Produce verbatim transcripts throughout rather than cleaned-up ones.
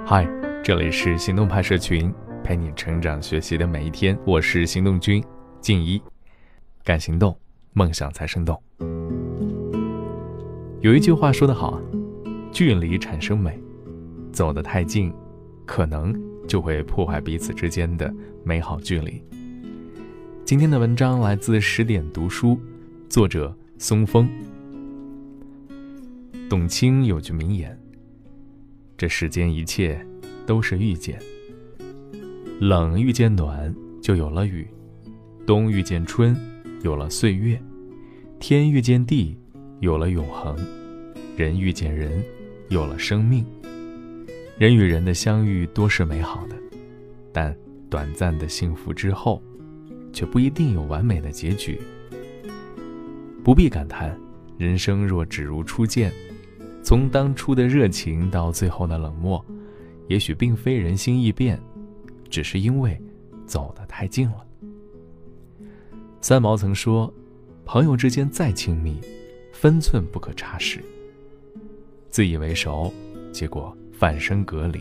嗨，这里是行动派社群，陪你成长学习的每一天，我是行动君静一。敢行动，梦想才生动。有一句话说得好，距离产生美，走得太近，可能就会破坏彼此之间的美好距离。今天的文章来自十点读书，作者松风。董卿有句名言，这世间一切都是遇见，冷遇见暖就有了雨，冬遇见春有了岁月，天遇见地有了永恒，人遇见人有了生命。人与人的相遇多是美好的，但短暂的幸福之后却不一定有完美的结局。不必感叹人生若只如初见，从当初的热情到最后的冷漠，也许并非人心易变，只是因为走得太近了。三毛曾说，朋友之间再亲密，分寸不可差失。自以为熟，结果反生隔离。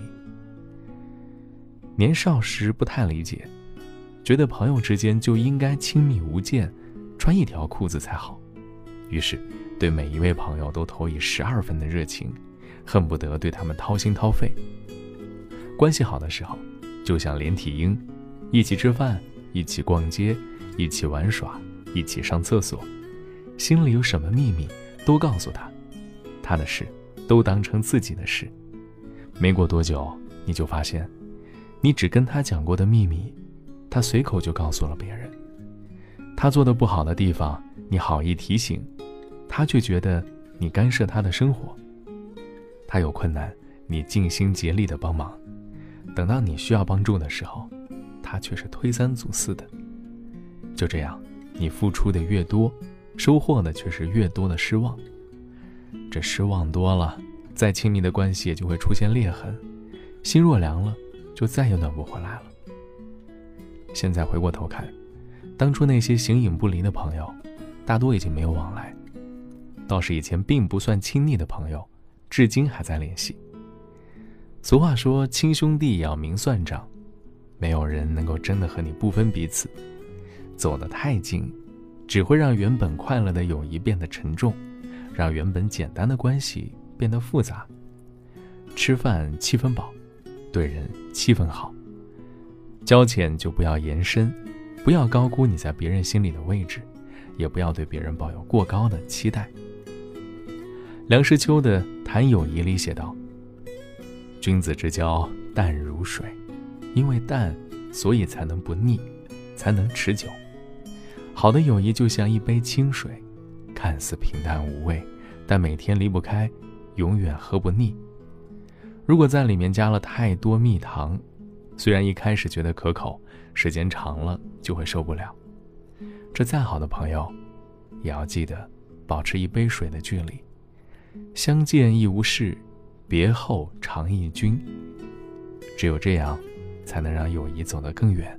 年少时不太理解，觉得朋友之间就应该亲密无间，穿一条裤子才好，于是对每一位朋友都投以十二分的热情，恨不得对他们掏心掏肺。关系好的时候，就像连体婴，一起吃饭，一起逛街，一起玩耍，一起上厕所，心里有什么秘密都告诉他，他的事都当成自己的事。没过多久，你就发现，你只跟他讲过的秘密，他随口就告诉了别人。他做的不好的地方，你好意提醒，他却觉得你干涉他的生活。他有困难，你尽心竭力的帮忙，等到你需要帮助的时候，他却是推三阻四的。就这样，你付出的越多，收获的却是越多的失望。这失望多了，再亲密的关系也就会出现裂痕，心若凉了，就再也暖不回来了。现在回过头看，当初那些形影不离的朋友，大多已经没有往来，倒是以前并不算亲密的朋友，至今还在联系。俗话说，亲兄弟也要明算账，没有人能够真的和你不分彼此。走得太近，只会让原本快乐的友谊变得沉重，让原本简单的关系变得复杂。吃饭七分饱，对人七分好。交浅就不要延伸，不要高估你在别人心里的位置，也不要对别人抱有过高的期待。梁实秋的《谈友谊》里写道，君子之交淡如水，因为淡，所以才能不腻，才能持久。好的友谊就像一杯清水，看似平淡无味，但每天离不开，永远喝不腻。如果在里面加了太多蜜糖，虽然一开始觉得可口，时间长了就会受不了。这再好的朋友，也要记得保持一杯水的距离。相见亦无事，别后常忆君。只有这样，才能让友谊走得更远。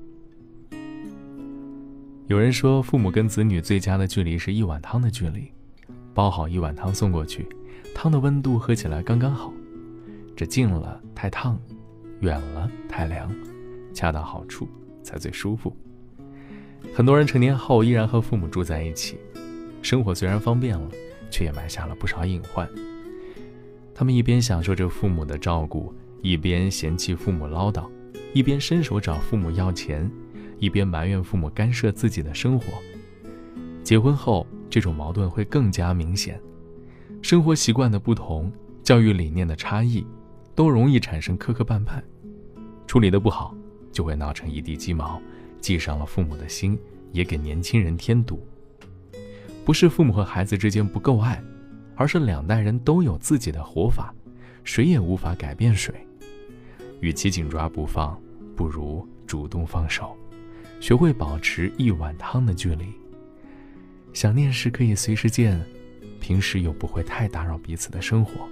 有人说，父母跟子女最佳的距离是一碗汤的距离，煲好一碗汤送过去，汤的温度喝起来刚刚好。这近了太烫，远了太凉，恰到好处才最舒服。很多人成年后依然和父母住在一起，生活虽然方便了，却也埋下了不少隐患。他们一边享受着父母的照顾，一边嫌弃父母唠叨，一边伸手找父母要钱，一边埋怨父母干涉自己的生活。结婚后，这种矛盾会更加明显。生活习惯的不同，教育理念的差异，都容易产生磕磕绊绊。处理得不好，就会闹成一地鸡毛，既伤了父母的心，也给年轻人添堵。不是父母和孩子之间不够爱，而是两代人都有自己的活法，谁也无法改变谁。与其紧抓不放，不如主动放手，学会保持一碗汤的距离。想念时可以随时见，平时又不会太打扰彼此的生活。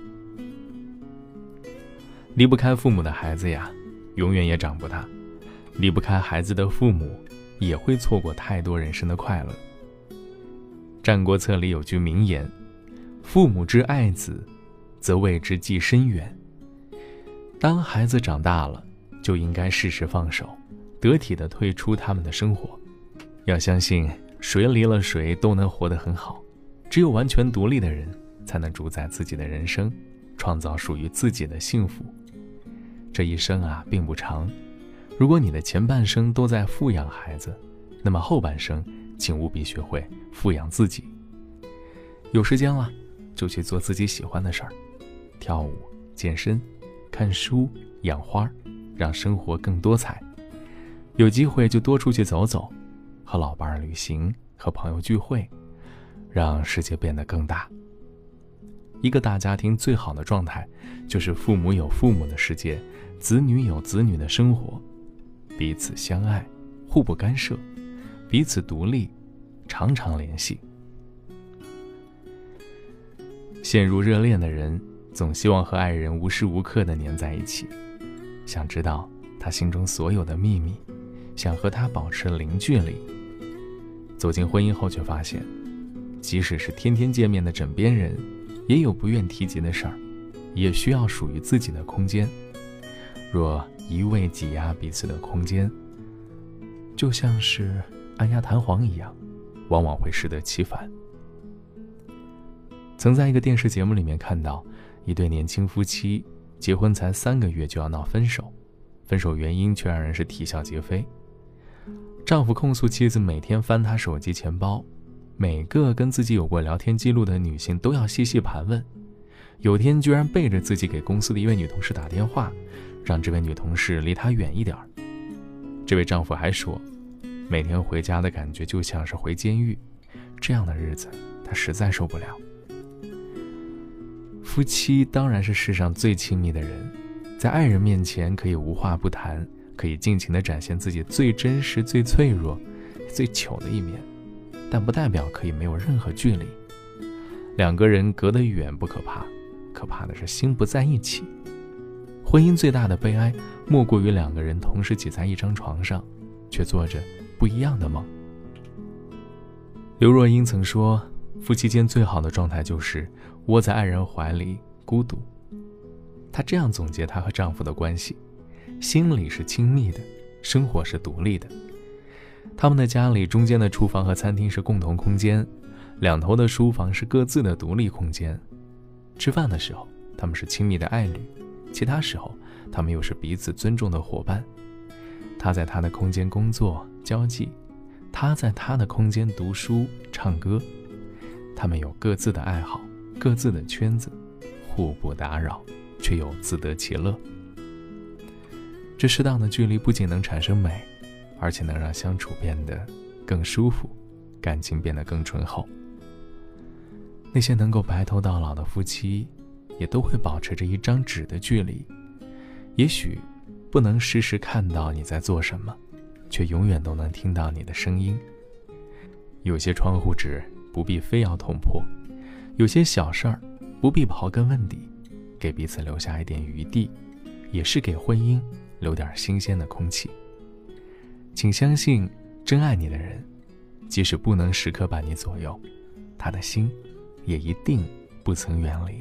离不开父母的孩子呀，永远也长不大；离不开孩子的父母，也会错过太多人生的快乐。《战国策》里有句名言，父母之爱子，则为之计深远。 当孩子长大了，就应该适时放手，得体地退出他们的生活。要相信谁离了谁都能活得很好，只有完全独立的人才能主宰自己的人生，创造属于自己的幸福。这一生啊并不长，如果你的前半生都在富养孩子，那么后半生请务必学会富养自己。有时间了就去做自己喜欢的事儿，跳舞、健身、看书、养花，让生活更多彩。有机会就多出去走走，和老伴儿旅行，和朋友聚会，让世界变得更大。一个大家庭最好的状态，就是父母有父母的世界，子女有子女的生活，彼此相爱，互不干涉，彼此独立，常常联系。陷入热恋的人，总希望和爱人无时无刻地黏在一起，想知道他心中所有的秘密，想和他保持零距离。走进婚姻后却发现，即使是天天见面的枕边人，也有不愿提及的事儿，也需要属于自己的空间。若一味挤压彼此的空间，就像是按压弹簧一样，往往会适得其反。曾在一个电视节目里面看到，一对年轻夫妻结婚才三个月就要闹分手，分手原因却让人是啼笑皆非。丈夫控诉妻子每天翻他手机钱包，每个跟自己有过聊天记录的女性都要细细盘问，有天居然背着自己给公司的一位女同事打电话，让这位女同事离他远一点。这位丈夫还说，每天回家的感觉就像是回监狱，这样的日子他实在受不了。夫妻当然是世上最亲密的人，在爱人面前可以无话不谈，可以尽情地展现自己最真实、最脆弱、最糗的一面，但不代表可以没有任何距离。两个人隔得远不可怕，可怕的是心不在一起。婚姻最大的悲哀，莫过于两个人同时挤在一张床上，却做着不一样的梦。刘若英曾说，夫妻间最好的状态就是窝在爱人怀里孤独。她这样总结她和丈夫的关系，心里是亲密的，生活是独立的。他们的家里中间的厨房和餐厅是共同空间，两头的书房是各自的独立空间。吃饭的时候他们是亲密的爱侣，其他时候他们又是彼此尊重的伙伴。他在他的空间工作交际，他在他的空间读书唱歌。他们有各自的爱好，各自的圈子，互不打扰，却又自得其乐。这适当的距离不仅能产生美，而且能让相处变得更舒服，感情变得更醇厚。那些能够白头到老的夫妻，也都会保持着一张纸的距离。也许不能时时看到你在做什么，却永远都能听到你的声音。有些窗户纸不必非要捅破，有些小事儿不必刨根问底，给彼此留下一点余地，也是给婚姻留点新鲜的空气。请相信，真爱你的人，即使不能时刻把你左右，他的心也一定不曾远离。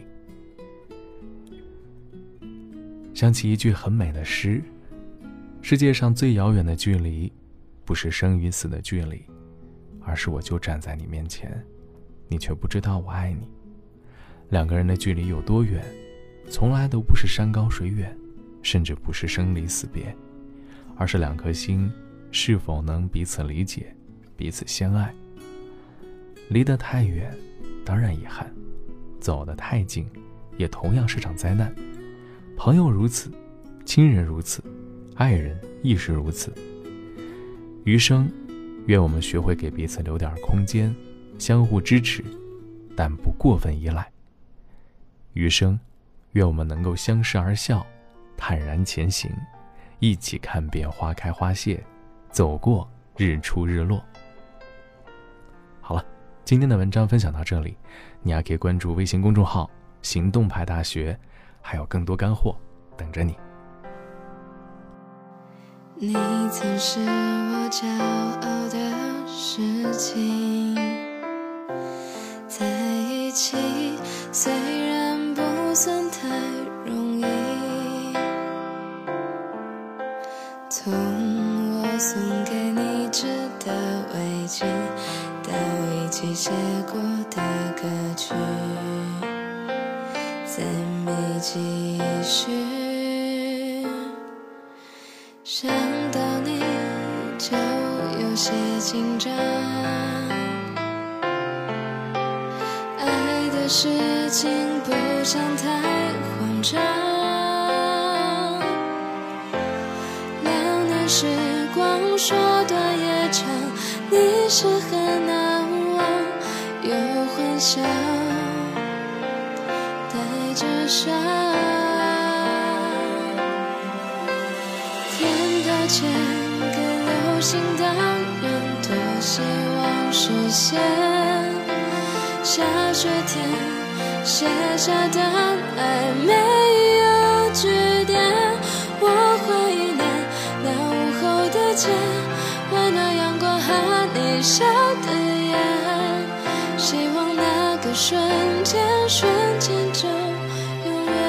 想起一句很美的诗，世界上最遥远的距离，不是生与死的距离，而是我就站在你面前，你却不知道我爱你。两个人的距离有多远，从来都不是山高水远，甚至不是生离死别，而是两颗心是否能彼此理解，彼此相爱。离得太远，当然遗憾；走得太近，也同样是场灾难。朋友如此，亲人如此，爱人亦是如此。余生，愿我们学会给彼此留点空间，相互支持，但不过分依赖。余生，愿我们能够相视而笑，坦然前行，一起看遍花开花谢，走过日出日落。好了，今天的文章分享到这里，你还可以关注微信公众号行动派大学，还有更多干货等着你。 你曾是我骄傲的事情，在一起虽然不算太容易， 从我送给你织的围巾到一起写过的歌曲，再没继续想到你就有些紧张，爱的事情不想太慌张，两年时光说短也长，你是很难忘，有欢笑带着伤，天道歉给流星当然多希望实现，下雪天写下的爱没有句点，我怀念那午后的街，温暖阳光和你笑的眼，希望那个瞬间瞬间就永远。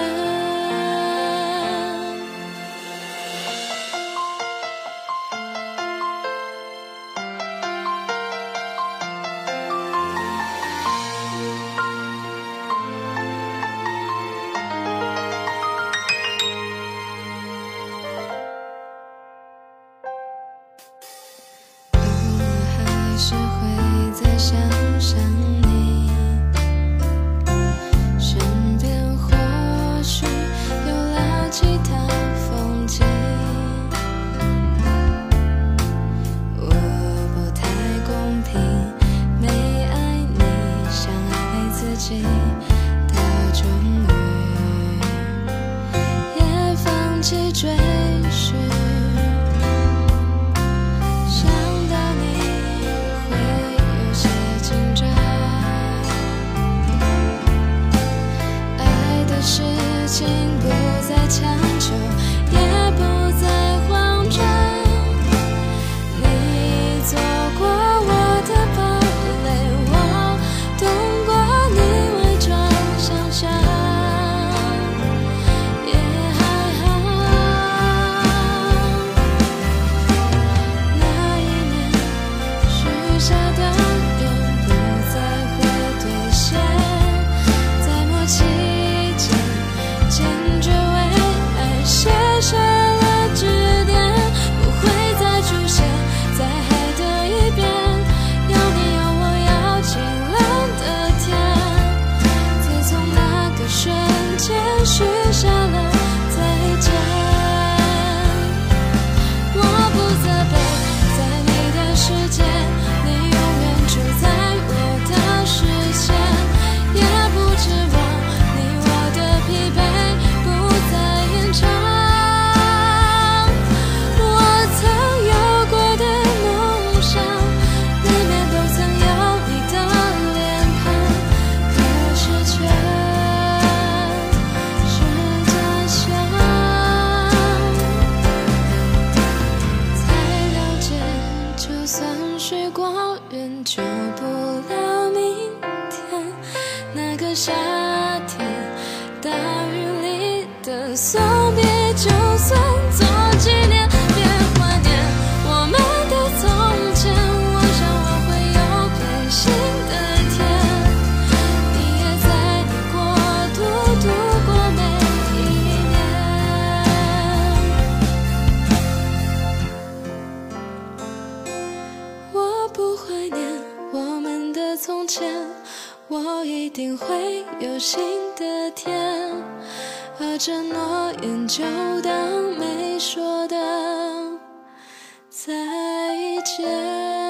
还是会再想想你，身边或许有了其他风景，我不太公平，没爱你像爱自己，到终于也放弃追寻。事情不再强求，也不再慌张，你做过我的堡垒，我懂过你伪装想象，也还好。那一年许下的愿不再会兑现，在默契坚决为爱写下了句点，不会再出现在海的一边，有你有我要晴朗的天，才从那个瞬间许下了再见。我不责备，在你的世界，你永远住在我的视线，也不指望你我的疲惫水光远救不了明天，那个夏天大雨里的送别，就算做纪念，别怀念我们的从前，我想我会有开心的天，你也在你国度度过每一年。我不怀念我们的从前，我一定会有新的天，而这诺言就当没说的再见。